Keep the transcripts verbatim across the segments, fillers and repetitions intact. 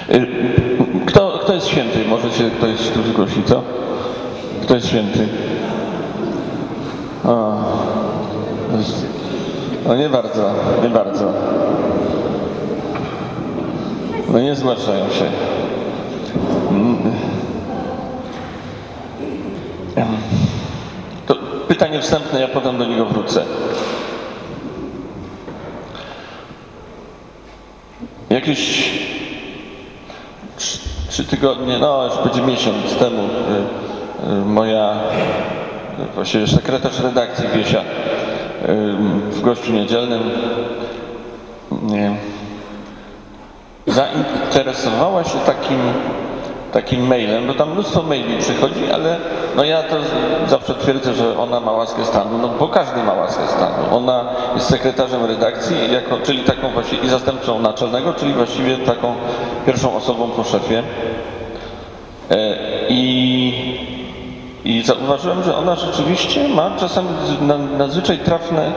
Kto, kto jest święty? Może się ktoś tu zgłosi, co? Kto jest święty? O, no nie bardzo, nie bardzo. No nie zgłaszają się. To pytanie wstępne, ja potem do niego wrócę. Jakieś trzy tygodnie, no już będzie miesiąc temu y, y, moja, właściwie sekretarz redakcji Wiesia y, w Gościu Niedzielnym y, zainteresowała się takim, takim mailem, bo tam mnóstwo maili przychodzi, ale no ja to zawsze twierdzę, że ona ma łaskę stanu, no bo każdy ma łaskę stanu. Ona jest sekretarzem redakcji, jako, czyli taką właśnie i zastępcą naczelnego, czyli właściwie taką pierwszą osobą po szefie. I, i zauważyłem, że ona rzeczywiście ma czasami nadzwyczaj trafne,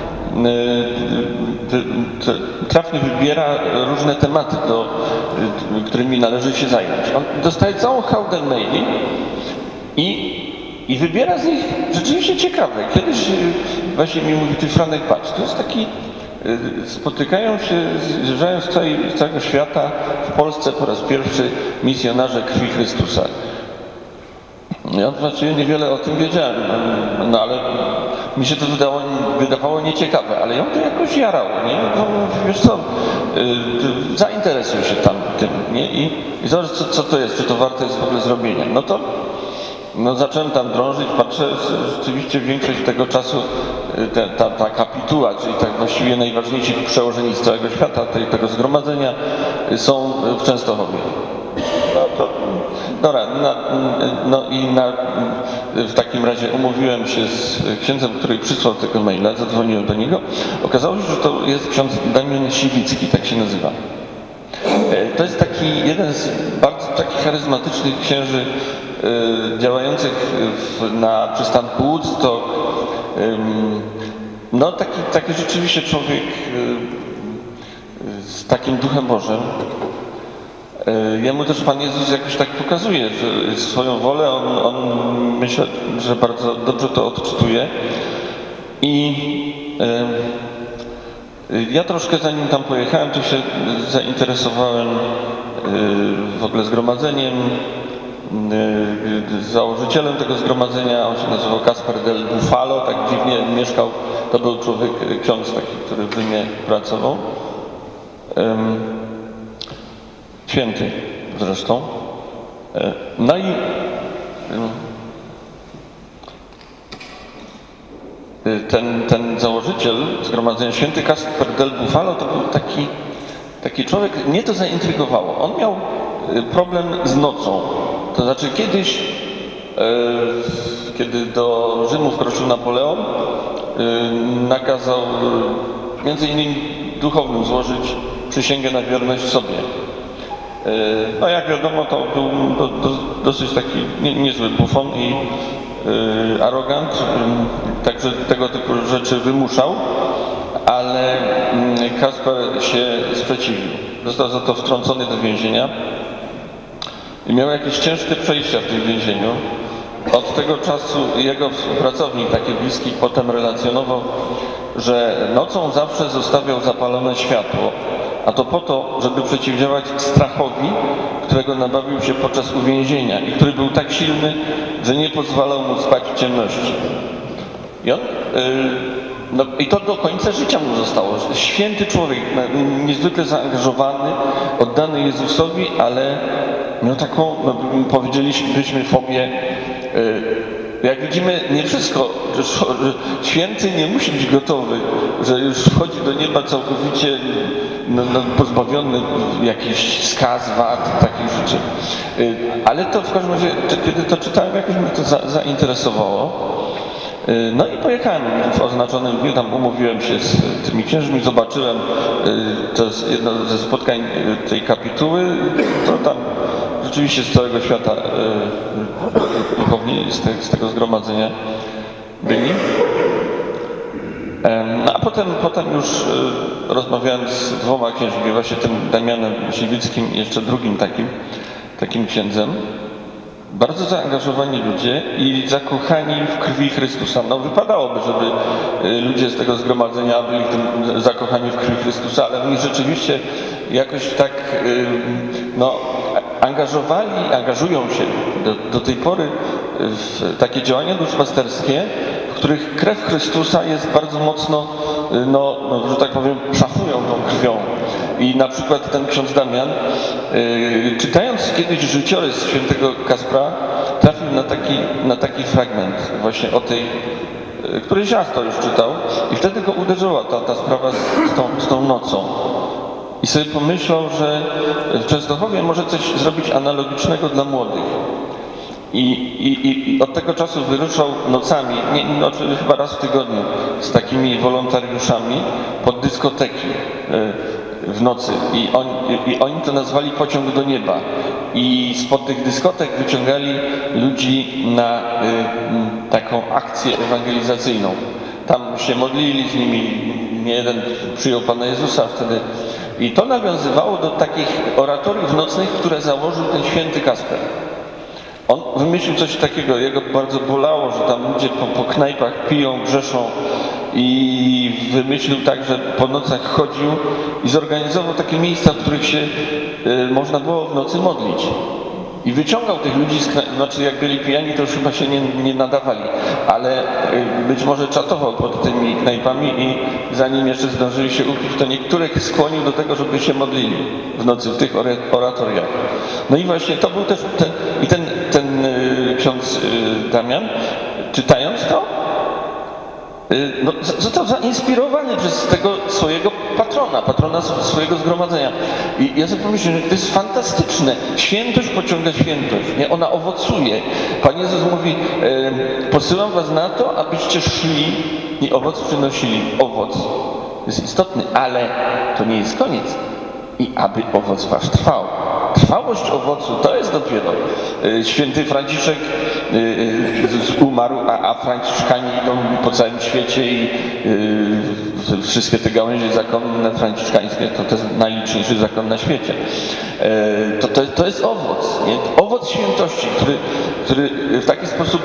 trafnie wybiera różne tematy, do, którymi należy się zająć. On dostaje całą hałdę maili i, i wybiera z nich rzeczywiście ciekawe. Kiedyś właśnie mi mówi, ty Franek, patrz, to jest taki, spotykają się, zjeżdżają z, całej, z całego świata w Polsce po raz pierwszy misjonarze krwi Chrystusa. Ja właściwie niewiele o tym wiedziałem, no ale mi się to wydało, wydawało nieciekawe, ale ją to jakoś jarało, nie? No, wiesz co, yy, zainteresuj się tam tym, nie? I, i zobacz, co, co to jest, czy to warte jest w ogóle zrobienia. No to no, zacząłem tam drążyć, patrzę, rzeczywiście większość tego czasu te, ta, ta kapituła, czyli tak właściwie najważniejsi przełożeni z całego świata tej, tego zgromadzenia są w Częstochowie. No to, dobra, na, no i na, w takim razie umówiłem się z księdzem, który przysłał tego maila, zadzwoniłem do niego. Okazało się, że to jest ksiądz Damian Siwicki, tak się nazywa. To jest taki jeden z bardzo takich charyzmatycznych księży y, działających w, na przystanku Woodstock. Y, no taki, taki rzeczywiście człowiek y, z takim duchem Bożym. Jemu też Pan Jezus jakoś tak pokazuje, że swoją wolę, on, on myślę, że bardzo dobrze to odczytuje. I y, ja troszkę zanim tam pojechałem, to się zainteresowałem y, w ogóle zgromadzeniem, y, założycielem tego zgromadzenia, on się nazywał Kasper del Bufalo, tak dziwnie mieszkał, to był człowiek, ksiądz taki, który w Rzymie pracował. Y, Święty zresztą. No i ten, ten założyciel zgromadzenia, święty Kasper del Bufalo, to był taki, taki człowiek, mnie to zaintrygowało. On miał problem z nocą. To znaczy kiedyś, kiedy do Rzymu wkroczył Napoleon, nakazał między innymi duchownym złożyć przysięgę na wierność sobie. No jak wiadomo, to był do, do, dosyć taki nie, niezły bufon i y, arogant, y, także tego typu rzeczy wymuszał, ale y, Kasper się sprzeciwił. Został za to wtrącony do więzienia i miał jakieś ciężkie przejścia w tym więzieniu. Od tego czasu jego współpracownik, taki bliski, potem relacjonował, że nocą zawsze zostawiał zapalone światło, a to po to, żeby przeciwdziałać strachowi, którego nabawił się podczas uwięzienia i który był tak silny, że nie pozwalał mu spać w ciemności. I on, yy, no i to do końca życia mu zostało. Święty człowiek, niezwykle zaangażowany, oddany Jezusowi, ale miał taką, no, powiedzielibyśmy, fobię. Yy, Jak widzimy, nie wszystko, że święty nie musi być gotowy, że już wchodzi do nieba całkowicie no, no, pozbawiony jakichś skaz, wad, takich rzeczy. Ale to w każdym razie, kiedy to czytałem, jakoś mnie to za, zainteresowało. No i pojechałem w oznaczonym dniu, tam umówiłem się z tymi księżmi, zobaczyłem, to jest jedno ze spotkań tej kapituły, to tam rzeczywiście z całego świata duchowni z, te, z tego zgromadzenia byli. No a potem, potem już rozmawiałem z dwoma księżmi, właśnie tym Damianem Siwickim i jeszcze drugim takim, takim księdzem. Bardzo zaangażowani ludzie i zakochani w krwi Chrystusa. No wypadałoby, żeby ludzie z tego zgromadzenia byli tym zakochani w krwi Chrystusa, ale oni rzeczywiście jakoś tak no, angażowali, angażują się do, do tej pory w takie działania duszpasterskie, w których krew Chrystusa jest bardzo mocno, no, no że tak powiem, szafują tą krwią. I na przykład ten ksiądz Damian, yy, czytając kiedyś życiorys świętego Kaspra, trafił na taki, na taki fragment właśnie o tej, yy, który Ziasto już czytał i wtedy go uderzyła ta, ta sprawa z, z, tą, z tą nocą. I sobie pomyślał, że w Częstochowie może coś zrobić analogicznego dla młodych. I, i, I od tego czasu wyruszał nocami, nie, no, chyba raz w tygodniu, z takimi wolontariuszami pod dyskoteki w nocy. I, on, I oni to nazwali pociąg do nieba. I spod tych dyskotek wyciągali ludzi na y, taką akcję ewangelizacyjną. Tam się modlili z nimi, nie jeden przyjął Pana Jezusa wtedy. I to nawiązywało do takich oratoriów nocnych, które założył ten święty Kasper. On wymyślił coś takiego, jego bardzo bolało, że tam ludzie po, po knajpach piją, grzeszą i wymyślił tak, że po nocach chodził i zorganizował takie miejsca, w których się y, można było w nocy modlić. I wyciągał tych ludzi z knajp, znaczy jak byli pijani, to już chyba się nie, nie nadawali, ale y, być może czatował pod tymi knajpami i zanim jeszcze zdążyli się upić, to niektórych skłonił do tego, żeby się modlili w nocy w tych oratoriach. No i właśnie to był też ten, i ten, ten y, ksiądz y, Damian, czytając to, y, no, został zainspirowany przez tego swojego patrona, patrona swojego zgromadzenia. I ja sobie pomyślałem, że to jest fantastyczne. Świętość pociąga świętość, nie? Ona owocuje. Pan Jezus mówi, y, posyłam was na to, abyście szli i owoc przynosili. Owoc jest istotny, ale to nie jest koniec. I aby owoc wasz trwał. Trwałość owocu to jest dopiero. Święty Franciszek umarł, a Franciszkanie idą po całym świecie i wszystkie te gałęzie zakonne franciszkańskie to, to jest najliczniejszy zakon na świecie. To, to, to jest owoc, nie? Owoc świętości, który, który w taki sposób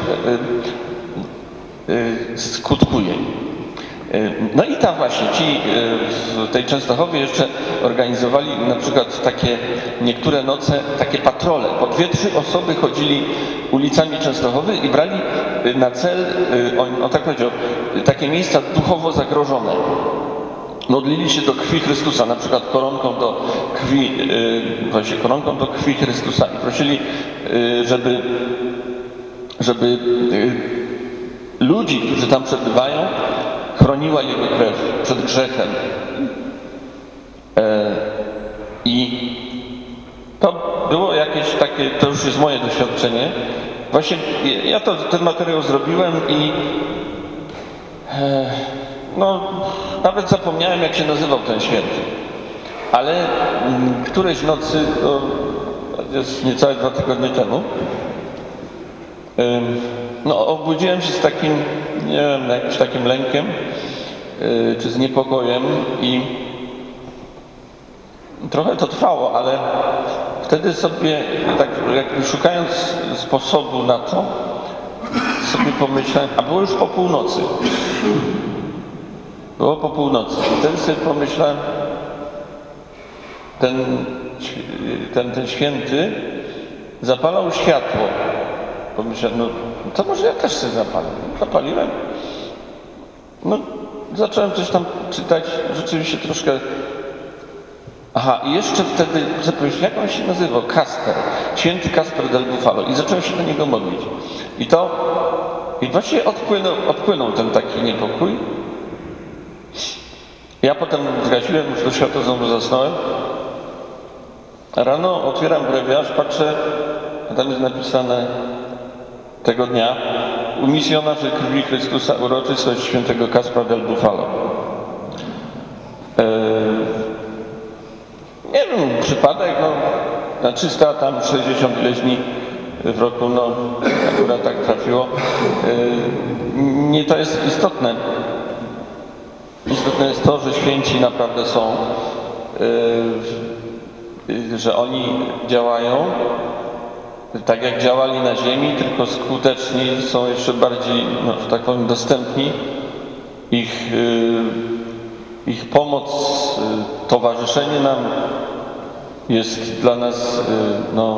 skutkuje. No i tam właśnie ci w tej Częstochowie jeszcze organizowali na przykład takie niektóre noce, takie patrole. Po dwie, trzy osoby chodzili ulicami Częstochowy i brali na cel, on, on tak powiedział, takie miejsca duchowo zagrożone. Modlili się do krwi Chrystusa, na przykład koronką do krwi, właśnie koronką do krwi Chrystusa i prosili, żeby, żeby ludzi, którzy tam przebywają, chroniła Jego krew przed grzechem. E, I to było jakieś takie, to już jest moje doświadczenie. Właśnie ja to, ten materiał zrobiłem i e, no, nawet zapomniałem, jak się nazywał ten święty. Ale m, którejś nocy, to jest niecałe dwa tygodnie temu, e, no, obudziłem się z takim, nie wiem, jakimś takim lękiem, yy, czy z niepokojem i trochę to trwało, ale wtedy sobie, tak jak szukając sposobu na to, sobie pomyślałem, a było już po północy. Było po północy. I wtedy sobie pomyślałem, ten, ten, ten święty zapalał światło. Pomyślałem, no to może ja też sobie zapalę. Zapaliłem. No, zacząłem coś tam czytać, rzeczywiście troszkę. Aha, i jeszcze wtedy zapomniałem, jak on się nazywał? Kasper. Święty Kasper del Bufalo. I zacząłem się do niego modlić. I to, i właściwie odpłynął, odpłynął ten taki niepokój. Ja potem zgasiłem, już do światła znowu zasnąłem. Rano otwieram brewiarz, patrzę, a tam jest napisane tego dnia u misjonarzy krwi Chrystusa uroczystość świętego Kaspra del Bufalo. Eee, nie wiem, przypadek, no, na trzysta tam sześćdziesiąt ileś dni w roku, no akurat tak trafiło. Eee, nie to jest istotne. istotne jest to, że święci naprawdę są, yy, że oni działają tak jak działali na ziemi, tylko skuteczni, są jeszcze bardziej, no, że tak powiem, dostępni. Ich, yy, ich pomoc, yy, towarzyszenie nam jest dla nas yy, no,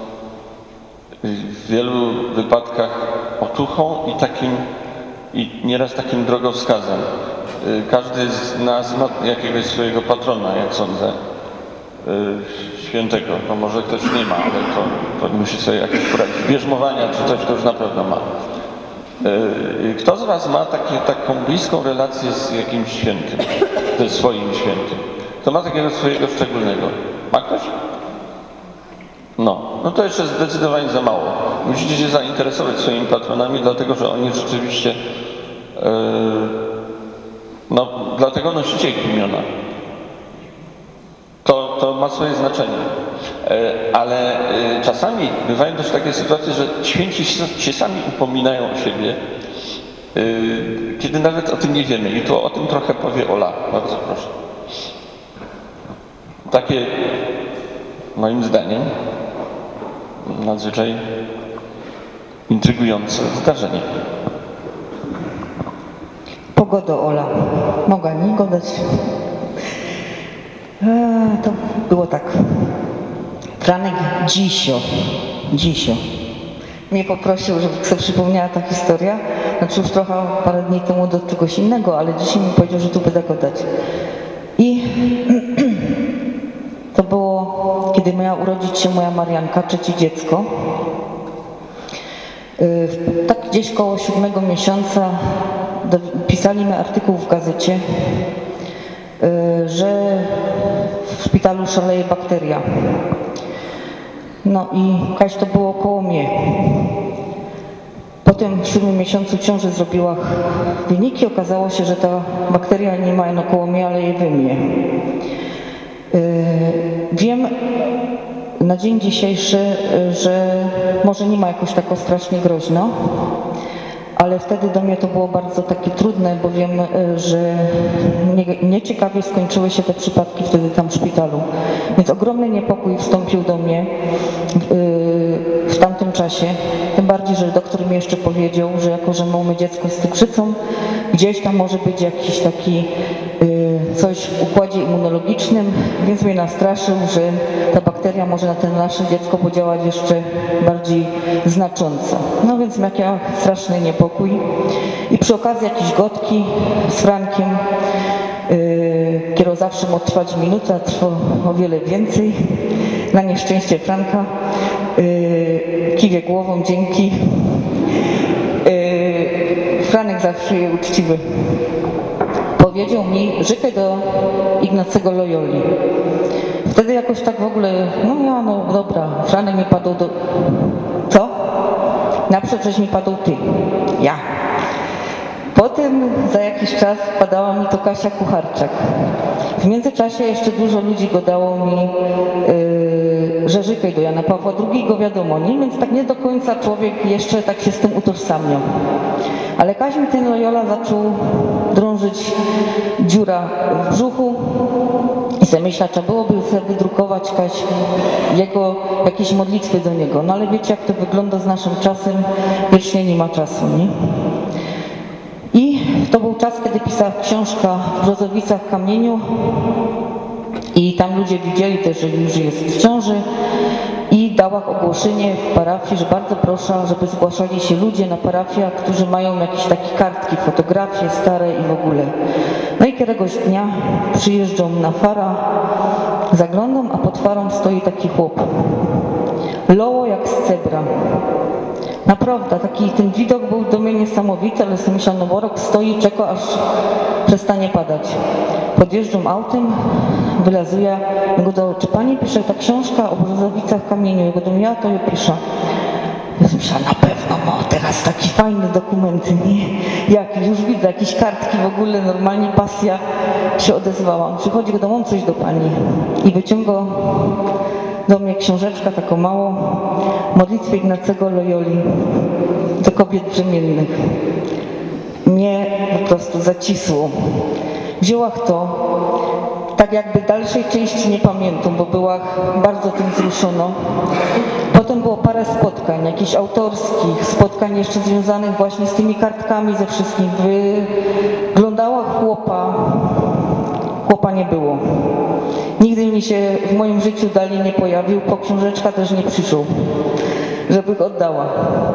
w wielu wypadkach otuchą i takim, i nieraz takim drogowskazem. Yy, każdy z nas ma jakiegoś swojego patrona, jak sądzę. Świętego, no może ktoś nie ma, ale to, to musi sobie jakieś poradzić. Bierzmowania czy coś to już na pewno ma. Kto z was ma takie, taką bliską relację z jakimś świętym, ze swoim świętym? Kto ma takiego swojego szczególnego? Ma ktoś? No, no to jeszcze zdecydowanie za mało. Musicie się zainteresować swoimi patronami, dlatego że oni rzeczywiście, yy, no dlatego nosicie ich imiona. To, to ma swoje znaczenie, ale czasami bywają też takie sytuacje, że święci się sami upominają o siebie, kiedy nawet o tym nie wiemy. I tu o tym trochę powie Ola. Bardzo proszę. Takie, moim zdaniem, nadzwyczaj intrygujące zdarzenie. Pogoda, Ola. Mogę nie godać. Eee, to było tak. Franek dzisio, dzisio mnie poprosił, żeby sobie przypomniała ta historia. Znaczy już trochę parę dni temu do czegoś innego, ale dzisiaj mi powiedział, że tu będę gadać. I to było, kiedy miała urodzić się moja Marianka, trzecie dziecko. Yy, tak gdzieś koło siódmego miesiąca do, pisali mi artykuł w gazecie, yy, że w szpitalu szaleje bakteria. No i Kaś to było koło mnie. Potem w siódmym miesiącu ciąży zrobiła wyniki. Okazało się, że ta bakteria nie ma koło mnie, ale je wymie. Yy, wiem na dzień dzisiejszy, że może nie ma jakoś tak strasznie groźno, ale wtedy do mnie to było bardzo takie trudne, bo wiem, że nie, nieciekawie skończyły się te przypadki wtedy tam w szpitalu. Więc ogromny niepokój wstąpił do mnie w, w tamtym czasie. Tym bardziej, że doktor mi jeszcze powiedział, że jako, że mamy dziecko z cukrzycą, gdzieś tam może być jakiś taki coś w układzie immunologicznym, więc mnie nastraszył, że ta bakteria może na ten nasze dziecko podziałać jeszcze bardziej znacząco. No więc miał straszny niepokój. I przy okazji jakieś gotki z Frankiem, yy, które zawsze mógł trwać minutę, a trwa o wiele więcej. Na nieszczęście Franka. Yy, kiwie głową, dzięki. Yy, Franek zawsze jest uczciwy. Powiedział mi, życzę do Ignacego Loyoli. Wtedy jakoś tak w ogóle, no ja, no dobra, Franek mi padł do... Co? Naprzód, żeś mi padł ty. Ja. Potem za jakiś czas padała mi to Kasia Kucharczak. W międzyczasie jeszcze dużo ludzi gadało mi, yy, że życzę do Jana Pawła drugiego, wiadomo, nie? Więc tak nie do końca człowiek jeszcze tak się z tym utożsamiał. Ale Kaś mi ten Loyola zaczął drążyć dziura w brzuchu i sobie myślała, trzeba byłoby sobie wydrukować Kaś jego jakieś modlitwy do niego. No ale wiecie, jak to wygląda z naszym czasem, wiecznie nie ma czasu, nie? I to był czas, kiedy pisała książka w Brzozowicach w Kamieniu i tam ludzie widzieli też, że już jest w ciąży. I dała ogłoszenie w parafii, że bardzo proszę, żeby zgłaszali się ludzie na parafiach, którzy mają jakieś takie kartki, fotografie stare i w ogóle. No i któregoś dnia przyjeżdżą na fara, zaglądam, a pod farą stoi taki chłop. Loło jak z cebra. Naprawdę, taki ten widok był do mnie niesamowity, ale sobie myślałam, no Borok stoi, czeka, aż przestanie padać. Podjeżdżam autem, wylazuję, ja go do, czy pani pisze ta książka o Brzozowicach w Kamieniu? Ja go do mnie, ja to ją piszę. Ja myślałam, na pewno, no teraz taki fajny dokument, nie? Jak już widzę, jakieś kartki w ogóle, normalnie pasja się odezwała. Przychodzi do domu, coś do pani i wyciąga do mnie książeczka taką małą, modlitwy Ignacego Loyoli do kobiet brzemiennych. Mnie po prostu zacisło. Wzięła to, tak jakby dalszej części nie pamiętam, bo była bardzo tym wzruszona. Potem było parę spotkań, jakichś autorskich, spotkań jeszcze związanych właśnie z tymi kartkami ze wszystkim. Wyglądała chłopa, chłopa nie było. Nigdy mi się w moim życiu dalej nie pojawił, po książeczka też nie przyszł, żeby go oddała.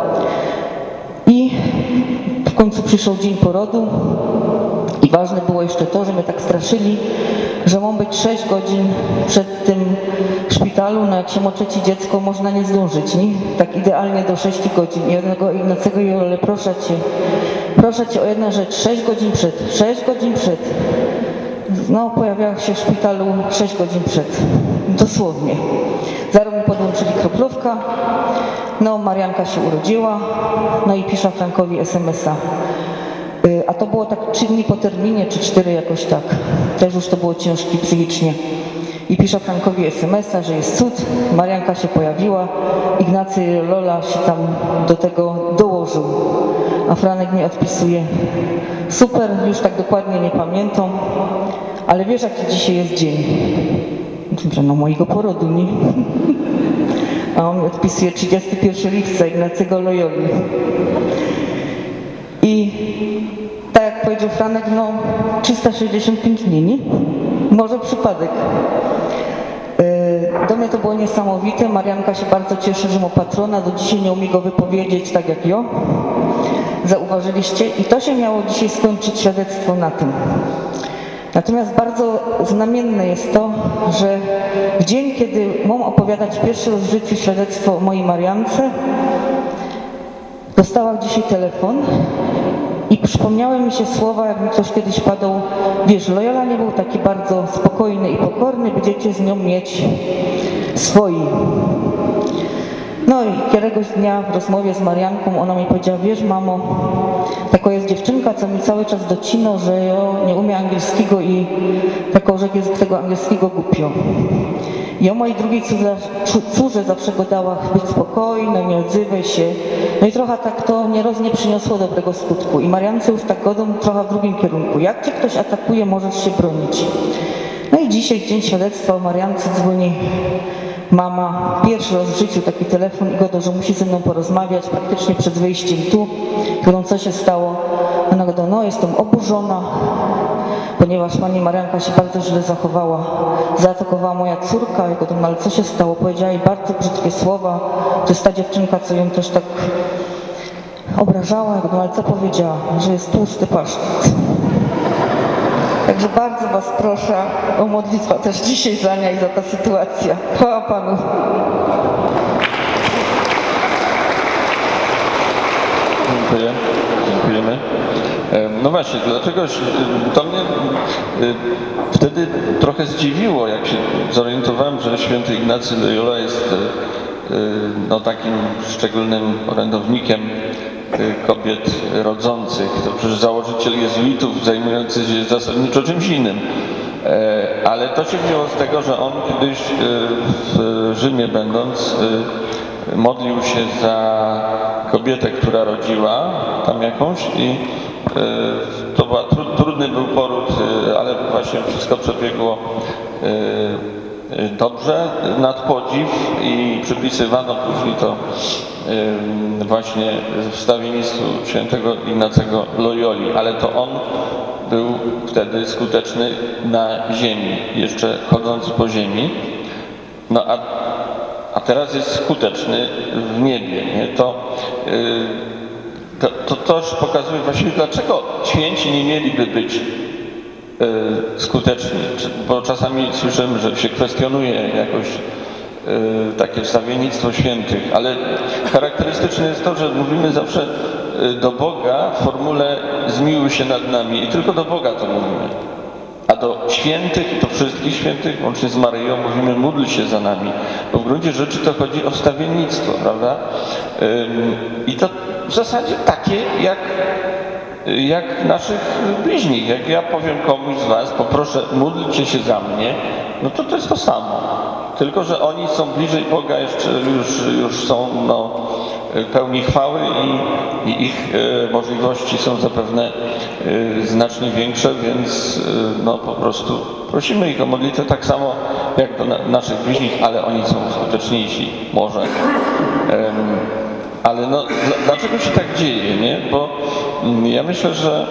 I w końcu przyszedł dzień porodu i ważne było jeszcze to, że mnie tak straszyli, że mam być sześć godzin przed tym szpitalu, no jak się ma trzecie dziecko, można nie zdążyć, nie? Tak idealnie do sześciu godzin. I jednego Ignacego Jolole, proszę Cię, proszę Cię o jedną rzecz, sześć godzin przed, sześć godzin przed. No, pojawiała się w szpitalu sześć godzin przed, dosłownie. Zaraz mi podłączyli kroplówka, no Marianka się urodziła, no i pisze Frankowi es em es a. A to było tak trzy dni po terminie, czy cztery jakoś tak. Też już to było ciężkie psychicznie. I pisze Frankowi es em es a, że jest cud, Marianka się pojawiła, Ignacy Lola się tam do tego dołożył. A Franek mi odpisuje, super, już tak dokładnie nie pamiętam, ale wiesz jaki dzisiaj jest dzień? Dobrze, no mojego porodu, nie? A on mi odpisuje trzydziestego pierwszego lipca Ignacego Loyoli. I tak jak powiedział Franek, no trzysta sześćdziesiąt pięć dni, nie? Może przypadek. Do mnie to było niesamowite. Marianka się bardzo cieszy, że ma patrona. Do dzisiaj nie umie go wypowiedzieć tak jak ja. Zauważyliście? I to się miało dzisiaj skończyć świadectwo na tym. Natomiast bardzo znamienne jest to, że w dzień, kiedy mam opowiadać pierwszy raz w życiu świadectwo o mojej Mariance, dostała dzisiaj telefon i przypomniały mi się słowa, jak mi ktoś kiedyś padał, wiesz, Loyola nie był taki bardzo spokojny i pokorny, będziecie z nią mieć swoi. No i któregoś dnia w rozmowie z Marianką ona mi powiedziała, wiesz mamo, taka jest dziewczynka, co mi cały czas docina, że ja nie umie angielskiego i taką, że jest tego angielskiego głupio. Ja mojej drugiej córze, córze zawsze go dała być spokojny, nie odzywaj się. No i trochę tak to nieraz nie przyniosło dobrego skutku. I Mariance już tak godą trochę w drugim kierunku. Jak cię ktoś atakuje, możesz się bronić. No i dzisiaj, dzień świadectwa o Mariance, dzwoni mama, pierwszy raz w życiu taki telefon i godo, że musi ze mną porozmawiać praktycznie przed wyjściem tu, którą co się stało. Ona godo, no jestem oburzona, ponieważ pani Marianka się bardzo źle zachowała. Zaatakowała moja córka, ja godo, no ale co się stało? Powiedziała jej bardzo brzydkie słowa, to jest ta dziewczynka, co ją też tak obrażała. Ja godo, no ale co powiedziała? Że jest tłusty pasztet. Także bardzo Was proszę o modlitwę też dzisiaj za nią i za tę sytuację. Chwała Panu. Dziękuję. Dziękujemy. No właśnie, dlaczego to mnie wtedy trochę zdziwiło, jak się zorientowałem, że święty Ignacy Loyola jest no, takim szczególnym orędownikiem kobiet rodzących. To przecież założyciel jezuitów zajmujący się zasadniczo czymś innym. Ale to się wzięło z tego, że on kiedyś w Rzymie będąc modlił się za kobietę, która rodziła tam jakąś i to była, trudny był poród, ale właśnie wszystko przebiegło dobrze, nad podziw i przypisywano później to właśnie wstawiennictwu świętego Ignacego Loyoli, ale to on był wtedy skuteczny na ziemi, jeszcze chodząc po ziemi, no a, a teraz jest skuteczny w niebie. Nie? To, to, to też pokazuje właściwie, dlaczego święci nie mieliby być skuteczni, bo czasami słyszymy, że się kwestionuje jakoś takie wstawiennictwo świętych, ale charakterystyczne jest to, że mówimy zawsze do Boga w formule zmiłuj się nad nami i tylko do Boga to mówimy. A do świętych i do wszystkich świętych, łącznie z Maryją, mówimy módl się za nami, bo w gruncie rzeczy to chodzi o wstawiennictwo, prawda? I to w zasadzie takie jak jak naszych bliźnich. Jak ja powiem komuś z Was, poproszę, módlcie się za mnie, no to to jest to samo. Tylko że oni są bliżej Boga, jeszcze już, już są no, pełni chwały i, i ich możliwości są zapewne znacznie większe, więc no po prostu prosimy ich o modlitwę tak samo jak do na, naszych bliźnich, ale oni są skuteczniejsi może. Ale no, dlaczego się tak dzieje, nie? Bo ja myślę, że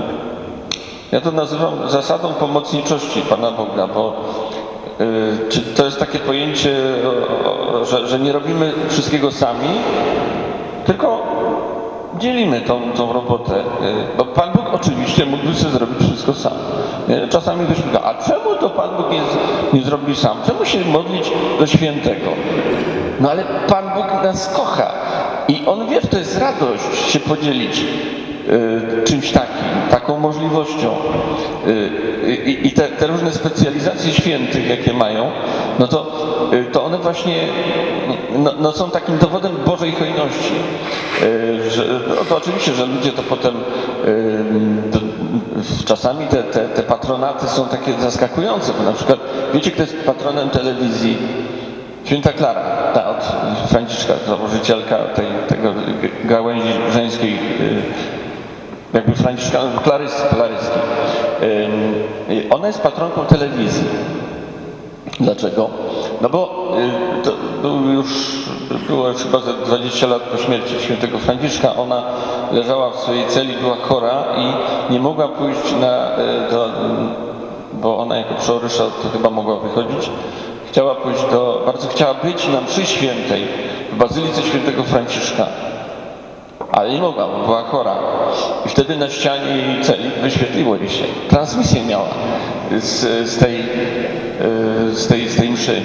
ja to nazywam zasadą pomocniczości Pana Boga, bo czy to jest takie pojęcie, że, że nie robimy wszystkiego sami, tylko dzielimy tą, tą robotę. Bo Pan Bóg oczywiście mógłby sobie zrobić wszystko sam. Czasami ktoś mówi, a czemu to Pan Bóg nie, nie zrobi sam? Czemu się modlić do świętego? No ale Pan Bóg nas kocha i On wie, że to jest radość się podzielić y, czymś takim, taką możliwością. Y, i i te, te różne specjalizacje świętych, jakie mają, no to, y, to one właśnie no, no są takim dowodem Bożej hojności. Y, że, no to oczywiście, że ludzie to potem y, do, czasami te, te, te patronaty są takie zaskakujące, bo na przykład wiecie, kto jest patronem telewizji? Święta Klara, ta od Franciszka, założycielka tej, tego gałęzi żeńskiej, jakby Franciszkanów, Klarysy, Klaryski. Ona jest patronką telewizji. Dlaczego? No bo to był już, było chyba ze dwadzieścia lat po śmierci świętego Franciszka. Ona leżała w swojej celi, była chora i nie mogła pójść na, do, bo ona jako przeorysza to chyba mogła wychodzić. Chciała pójść do, bardzo chciała być na mszy świętej w Bazylice świętego Franciszka, ale nie mogła, bo była chora. I wtedy na ścianie jej celi wyświetliło jej się. Transmisję miała z, z, tej, z, tej, z tej mszy.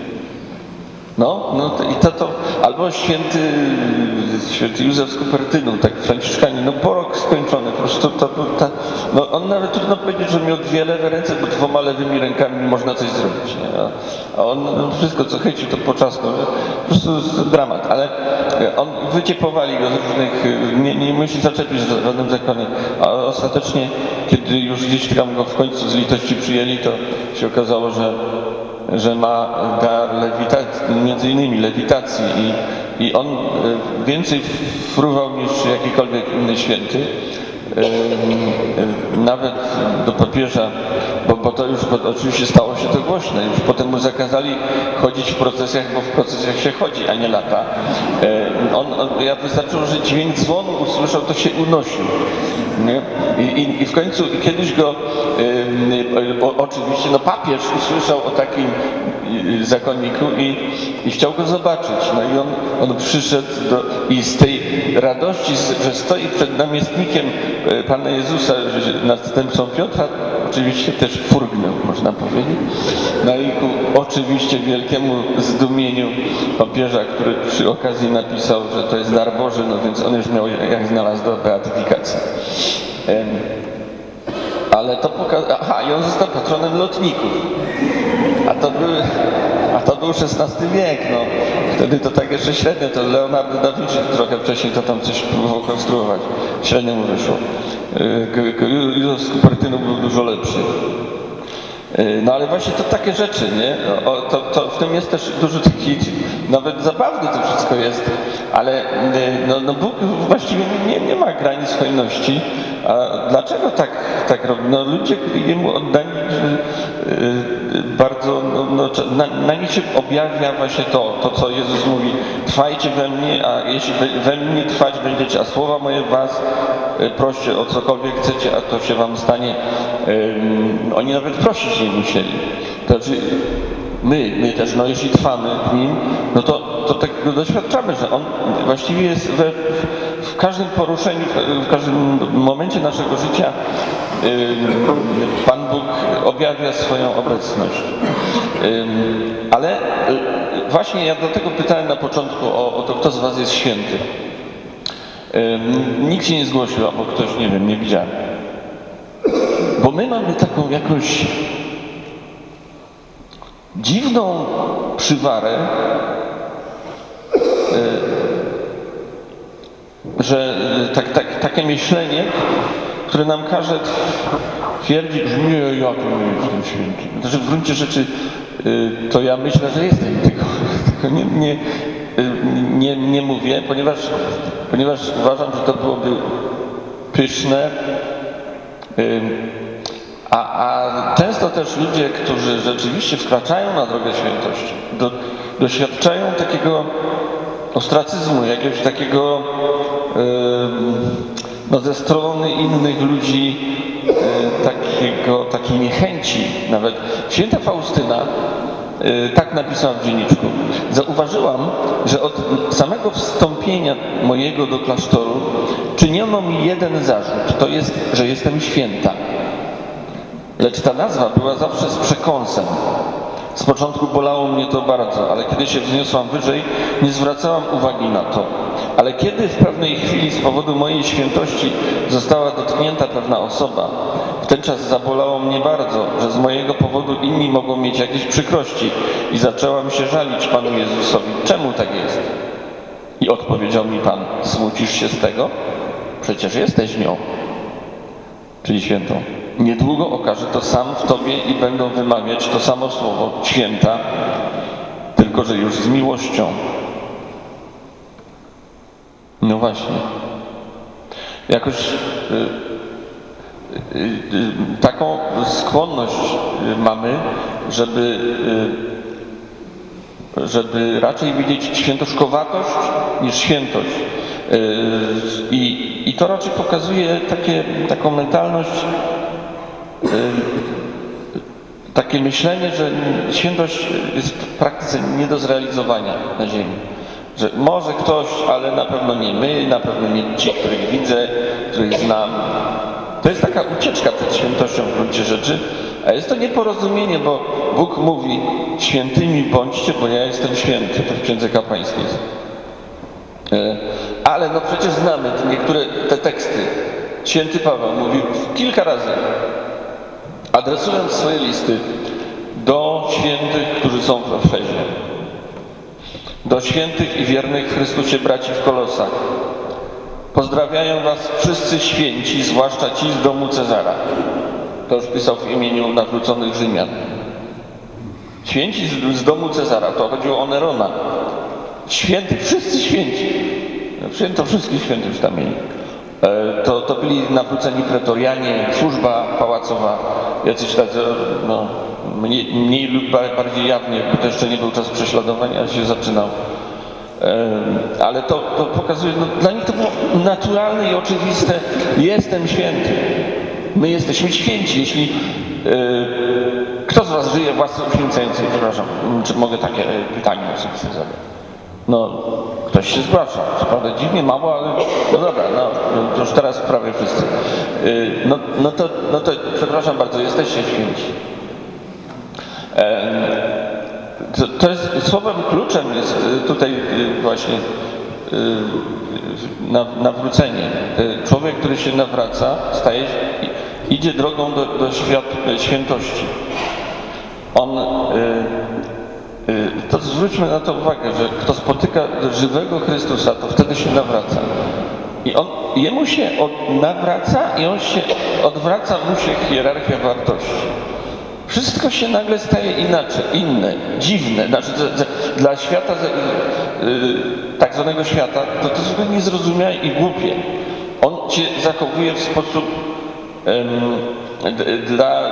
No, no to, i to, to albo święty, święty Józef z Kupertynu, tak Franciszkanin, no porok skończony, po prostu to, to, to, no on nawet trudno powiedzieć, że miał dwie lewe ręce, bo dwoma lewymi rękami można coś zrobić, nie? A on no, wszystko co chwycił to poczaskał, po prostu dramat, ale on wyciepowali go z różnych, nie, nie musi zaczepić w żadnym zakonie, a ostatecznie, kiedy już gdzieś tam go w końcu z litości przyjęli, to się okazało, że że ma dar lewitacji, między innymi lewitacji i, i on więcej fruwał niż jakikolwiek inny święty. Nawet do papieża, bo, bo to już bo oczywiście stało się to głośne, już potem mu zakazali chodzić w procesjach, bo w procesjach się chodzi, a nie lata. On, on, ja wystarczyło, że dźwięk dzwonu usłyszał, to się unosił. Nie? I, i, I w końcu kiedyś go y, o, oczywiście no papież usłyszał o takim y, zakonniku i, i chciał go zobaczyć. No i on, on przyszedł do, i z tej radości, że stoi przed namiestnikiem y, Pana Jezusa, że, następcą Piotra, oczywiście też furgnął, można powiedzieć. No i ku oczywiście wielkiemu zdumieniu papieża, który przy okazji napisał, że to jest dar Boży, no więc on już miał jak znalazł do beatyfikacji. Ale to pokazuje, aha, i on został patronem lotników. A to był, a to był szesnasty wiek, no. Wtedy to tak jeszcze średnio, to Leonardo da Vinci trochę wcześniej to tam coś próbował konstruować. Średnio mu wyszło. Józef z Kupertynu był dużo lepszy. No ale właśnie to takie rzeczy, nie? O, to, to w tym jest też dużo takich, nawet zabawne to wszystko jest, ale no, no Bóg właściwie nie, nie ma granic hojności. A dlaczego tak, tak robi? No ludzie Jemu oddani bardzo, no, no, na, na nich się objawia właśnie to, to co Jezus mówi, trwajcie we mnie, a jeśli we mnie trwać będziecie, a słowa moje was proście o cokolwiek chcecie, a to się wam stanie. Um, oni nawet prosić nie musieli. To znaczy, my, my też, no jeśli trwamy w Nim, no to, to tego doświadczamy, że On właściwie jest we, w każdym poruszeniu, w każdym momencie naszego życia Pan Bóg objawia swoją obecność. Ale właśnie ja do tego pytałem na początku o, o to, kto z was jest święty. Nikt się nie zgłosił, albo ktoś, nie wiem, nie widziałem. Bo my mamy taką jakąś dziwną przywarę, że tak, tak, takie myślenie, które nam każe twierdzić, że nie, ja tu nie jestem święty. Znaczy w gruncie rzeczy to ja myślę, że jestem, tylko, tylko nie, nie, nie, nie mówię, ponieważ, ponieważ uważam, że to byłoby pyszne, a, a często też ludzie, którzy rzeczywiście wkraczają na drogę świętości, do, doświadczają takiego ostracyzmu, jakiegoś takiego no, ze strony innych ludzi takiego, takiej niechęci nawet. Święta Faustyna tak napisała w dzienniczku. Zauważyłam, że od samego wstąpienia mojego do klasztoru czyniono mi jeden zarzut, to jest, że jestem święta. Lecz ta nazwa była zawsze z przekąsem. Z początku bolało mnie to bardzo, ale kiedy się wzniosłam wyżej, nie zwracałam uwagi na to. Ale kiedy w pewnej chwili z powodu mojej świętości została dotknięta pewna osoba, w ten czas zabolało mnie bardzo, że z mojego powodu inni mogą mieć jakieś przykrości i zaczęłam się żalić Panu Jezusowi. Czemu tak jest? I odpowiedział mi Pan, smucisz się z tego? Przecież jesteś nią, czyli świętą. Niedługo okaże to sam w Tobie i będą wymawiać to samo słowo, święta, tylko że już z miłością. No właśnie. Jakoś y, y, y, taką skłonność mamy, żeby, y, żeby raczej widzieć świętoszkowatość niż świętość. Y, i, I to raczej pokazuje takie, taką mentalność, y, takie myślenie, że świętość jest w praktyce nie do zrealizowania na ziemi. Że może ktoś, ale na pewno nie my, na pewno nie ci, których widzę, których znam. To jest taka ucieczka przed świętością w gruncie rzeczy, a jest to nieporozumienie, bo Bóg mówi, świętymi bądźcie, bo ja jestem święty. To w Księdze Kapłańskiej jest. Ale no przecież znamy niektóre te teksty. Święty Paweł mówi kilka razy, adresując swoje listy do świętych, którzy są w Efezie. Do świętych i wiernych w Chrystusie braci w Kolosach. Pozdrawiają was wszyscy święci, zwłaszcza ci z domu Cezara. To już pisał w imieniu nawróconych Rzymian. Święci z, z domu Cezara, to chodziło o Nerona. Święty, wszyscy święci. Przyjęto wszystkich świętych już tam mieli. To, to byli nawróceni pretorianie, służba pałacowa, jacyś tacy, no, mniej, mniej lub bardziej jawnie, bo to jeszcze nie był czas prześladowania, się zaczynał. Ale to, to pokazuje, no, dla nich to było naturalne i oczywiste, jestem święty. My jesteśmy święci, jeśli yy, kto z was żyje w łasce uświęcającej? Przepraszam, czy mogę takie pytanie osobiste zadać? No, ktoś się zgłasza. Co prawda dziwnie mało, ale no dobra, no, to już teraz prawie wszyscy. Yy, no, no, to, no to, przepraszam bardzo, jesteście święci. Yy, to, to jest słowem kluczem jest tutaj yy, właśnie yy, nawrócenie. Człowiek, który się nawraca, staje, idzie drogą do, do świat, świętości. On, yy, yy, to zwróćmy na to uwagę, że kto spotyka żywego Chrystusa, to wtedy się nawraca. I on, jemu się od, nawraca i on się, odwraca mu się hierarchia wartości. Wszystko się nagle staje inaczej, inne, dziwne. Znaczy, dla świata, tak zwanego świata, to to zupełnie niezrozumiałe i głupie. On cię zachowuje w sposób um, dla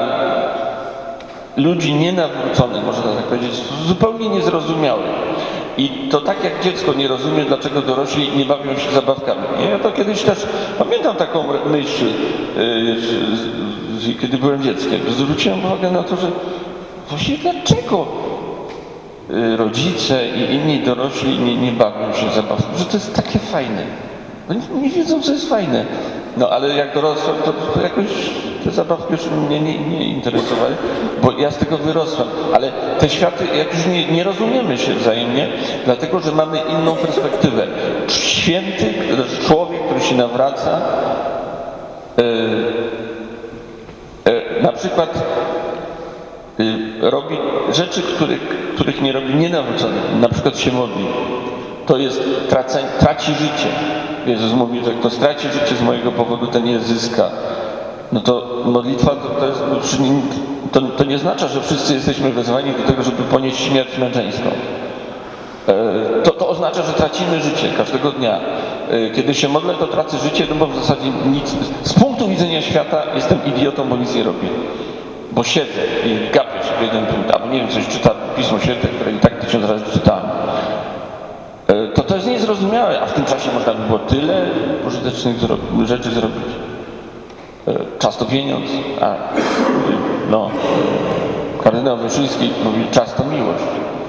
ludzi nienawróconych, można tak powiedzieć, zupełnie niezrozumiały. I to tak jak dziecko nie rozumie, dlaczego dorośli nie bawią się zabawkami. Ja to kiedyś też pamiętam taką myśl, yy, kiedy byłem dzieckiem. Zwróciłem uwagę na to, że właściwie dlaczego rodzice i inni dorośli nie, nie bawią się zabawkami, że to jest takie fajne. Oni nie wiedzą, co jest fajne. No ale jak dorosłem, to jakoś te zabawki już mnie nie, nie interesowały, bo ja z tego wyrosłem. Ale te światy, jak już nie, nie rozumiemy się wzajemnie, dlatego że mamy inną perspektywę. Święty człowiek, który się nawraca, yy, yy, na przykład yy, robi rzeczy, których, których nie robi nienawrócony. Na przykład się modli. To jest, traci, traci życie. Jezus mówi, że kto straci życie z mojego powodu, ten je zyska. No to modlitwa to, to, jest, to, to nie oznacza, że wszyscy jesteśmy wezwani do tego, żeby ponieść śmierć męczeńską. To, to oznacza, że tracimy życie każdego dnia. Kiedy się modlę, to tracę życie, no bo w zasadzie nic, z punktu widzenia świata jestem idiotą, bo nic nie robię. Bo siedzę i gapię się w jeden punkt, albo nie wiem, coś czytam, Pismo Święte, które i tak tysiąc razy czytałem. To to jest niezrozumiałe, a w tym czasie można by było tyle pożytecznych rzeczy zrobić. Czas to pieniądz, a no, kardynał Wyszyński mówi, czas to miłość.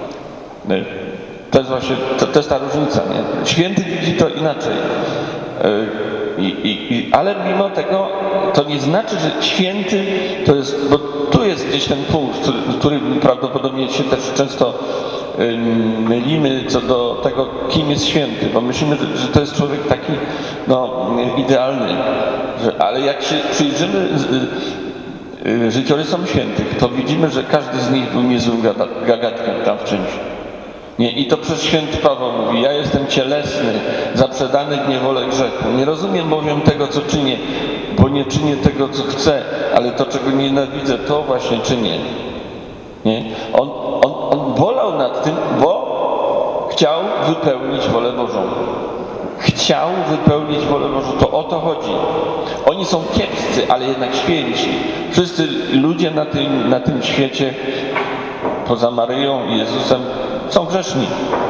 To jest właśnie, to, to jest ta różnica, nie? Święty widzi to inaczej. I, i, i, ale mimo tego to nie znaczy, że święty to jest, bo tu jest gdzieś ten punkt, który, który prawdopodobnie się też często mylimy co do tego, kim jest święty, bo myślimy, że, że to jest człowiek taki no, idealny, że, ale jak się przyjrzymy życiorysom świętych, to widzimy, że każdy z nich był niezłym gagatkiem tam w czymś. Nie, i to przez święty Paweł mówi, ja jestem cielesny, zaprzedany w niewolę grzechu. Nie rozumiem bowiem tego, co czynię, bo nie czynię tego, co chcę, ale to, czego nienawidzę, to właśnie czynię. Nie? On, on, on bolał nad tym, bo chciał wypełnić wolę Bożą. Chciał wypełnić wolę Bożą, to o to chodzi. Oni są kiepscy, ale jednak święci. Wszyscy ludzie na tym, na tym świecie, poza Maryją i Jezusem, są grzeszni.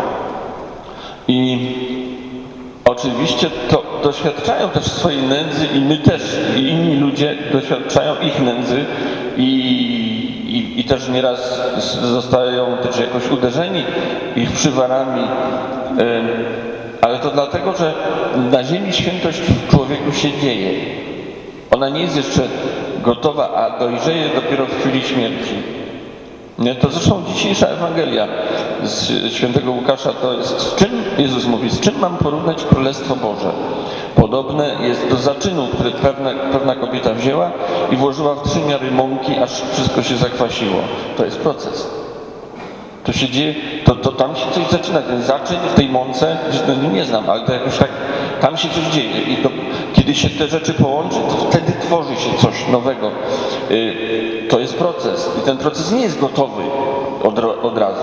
I oczywiście to doświadczają też swojej nędzy i my też, i inni ludzie doświadczają ich nędzy i, i, i też nieraz zostają też jakoś uderzeni ich przywarami. Ale to dlatego, że na ziemi świętość w człowieku się dzieje. Ona nie jest jeszcze gotowa, a dojrzeje dopiero w chwili śmierci. Nie, to zresztą dzisiejsza Ewangelia z świętego Łukasza to jest, z czym Jezus mówi, z czym mam porównać Królestwo Boże? Podobne jest do zaczynu, który pewna, pewna kobieta wzięła i włożyła w trzy miary mąki, aż wszystko się zakwasiło. To jest proces. To się dzieje, to, to tam się coś zaczyna, ten zaczyn w tej mące, no nie znam, ale to jakoś tak, tam się coś dzieje i to, kiedy się te rzeczy połączy, to wtedy tworzy się coś nowego. Yy, to jest proces i ten proces nie jest gotowy od, od razu.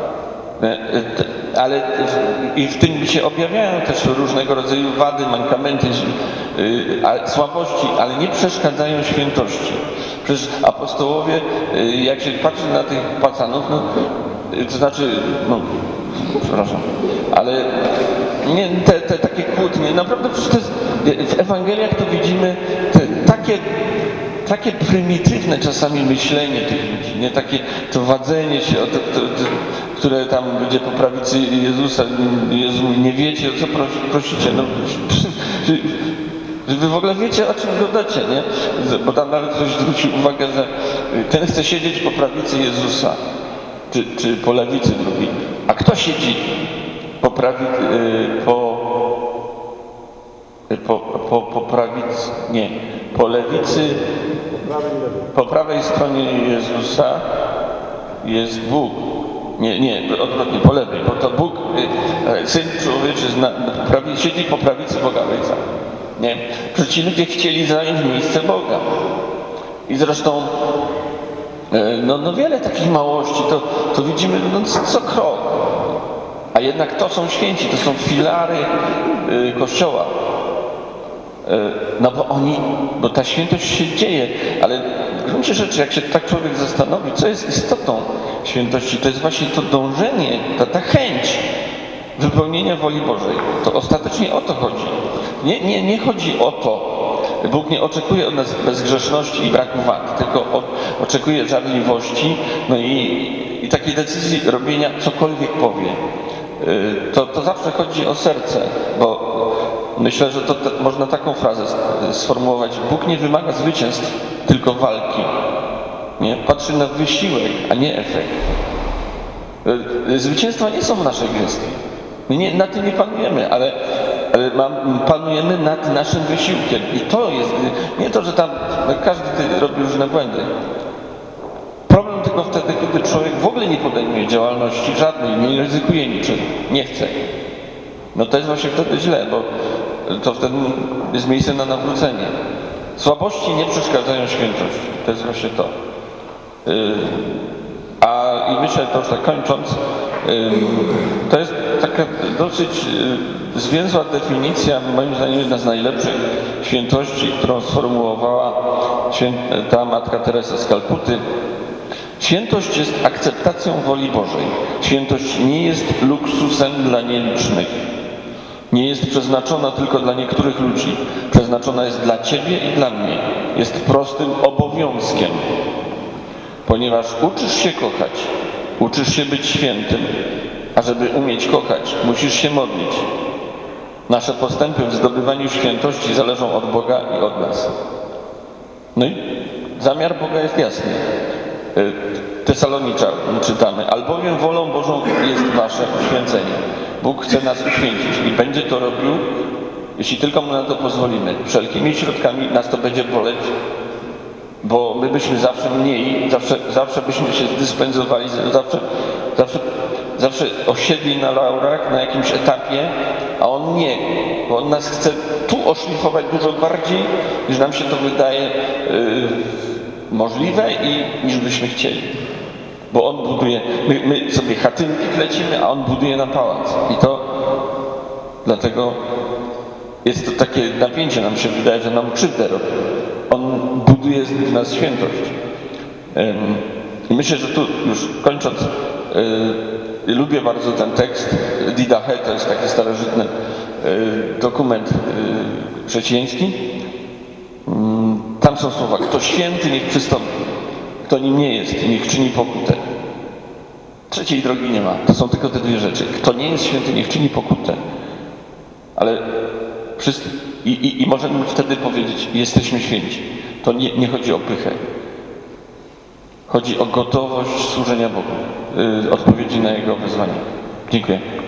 Yy, ale w, i w tym się objawiają też różnego rodzaju wady, mankamenty, yy, słabości, ale nie przeszkadzają świętości. Przecież apostołowie, yy, jak się patrzy na tych pacanów, no, to znaczy, no, przepraszam, ale nie, te, te takie kłótnie, naprawdę przecież to jest, w Ewangeliach to widzimy te, takie, takie prymitywne czasami myślenie tych ludzi, nie takie to wadzenie się, o to, to, to, które tam ludzie po prawicy Jezusa, Jezus mówi, nie wiecie, o co prosicie, no, wy w ogóle wiecie, o czym gadacie, nie? Bo tam nawet ktoś zwrócił uwagę, że ten chce siedzieć po prawicy Jezusa. Czy, czy po lewicy drugiej. A kto siedzi po prawicy, po, po, po, po prawicy, nie, po lewicy, po prawej stronie Jezusa jest Bóg. Nie, nie, odwrotnie, po lewej, bo to Bóg, Syn Człowieczy prawie, siedzi po prawicy Boga Ojca. Nie? Przecież ci ludzie chcieli zająć miejsce Boga. I zresztą No, no wiele takich małości, to, to widzimy no, co krok. A jednak to są święci, to są filary y, Kościoła. Y, no bo oni, bo ta świętość się dzieje, ale w gruncie rzeczy, jak się tak człowiek zastanowi, co jest istotą świętości, to jest właśnie to dążenie, ta, ta chęć wypełnienia woli Bożej. To ostatecznie o to chodzi. Nie, nie, nie chodzi o to, Bóg nie oczekuje od nas bezgrzeszności i braku wad, tylko o, oczekuje żarliwości, no i, i takiej decyzji robienia cokolwiek powie. To, to zawsze chodzi o serce, bo myślę, że to te, można taką frazę sformułować. Bóg nie wymaga zwycięstw, tylko walki. Nie? Patrzy na wysiłek, a nie efekt. Zwycięstwa nie są w naszej gestii. My nie, na tym nie panujemy, ale ale panujemy nad naszym wysiłkiem. I to jest, nie to, że tam no każdy robi różne błędy. Problem tylko wtedy, kiedy człowiek w ogóle nie podejmuje działalności żadnej, nie ryzykuje niczym, nie chce. No to jest właśnie wtedy źle, bo to wtedy jest miejsce na nawrócenie. Słabości nie przeszkadzają świętości. To jest właśnie to. A i myślę, to już tak kończąc, to jest taka dosyć zwięzła definicja, moim zdaniem jedna z najlepszych świętości, którą sformułowała święta Matka Teresa z Kalkuty. Świętość jest akceptacją woli Bożej. Świętość nie jest luksusem dla nielicznych. Nie jest przeznaczona tylko dla niektórych ludzi. Przeznaczona jest dla Ciebie i dla mnie. Jest prostym obowiązkiem. Ponieważ uczysz się kochać, uczysz się być świętym, a żeby umieć kochać, musisz się modlić. Nasze postępy w zdobywaniu świętości zależą od Boga i od nas. No i zamiar Boga jest jasny. Tesalonicza czytamy, albowiem wolą Bożą jest wasze uświęcenie. Bóg chce nas uświęcić i będzie to robił, jeśli tylko mu na to pozwolimy. Wszelkimi środkami nas to będzie boleć, bo my byśmy zawsze mniej, zawsze, zawsze byśmy się zdyspensowali, zawsze, zawsze, zawsze osiedli na laurach na jakimś etapie, a On nie, bo On nas chce tu oszlifować dużo bardziej, niż nam się to wydaje yy, możliwe i niż byśmy chcieli. Bo On buduje, my, my sobie chatynki klecimy, a On buduje na pałac. I to dlatego jest to takie napięcie, nam się wydaje, że nam krzywdę robi. On buduje w nas świętość. I myślę, że tu już kończąc, yy, lubię bardzo ten tekst Didache, to jest taki starożytny yy, dokument yy, chrześcijański. Yy, tam są słowa, kto święty, niech przystąpi. Kto nim nie jest, niech czyni pokutę. Trzeciej drogi nie ma. To są tylko te dwie rzeczy. Kto nie jest święty, niech czyni pokutę. Ale wszyscy, i, i, i możemy wtedy powiedzieć, jesteśmy święci. To nie, nie chodzi o pychę. Chodzi o gotowość służenia Bogu, yy, odpowiedzi na Jego wezwanie. Dziękuję.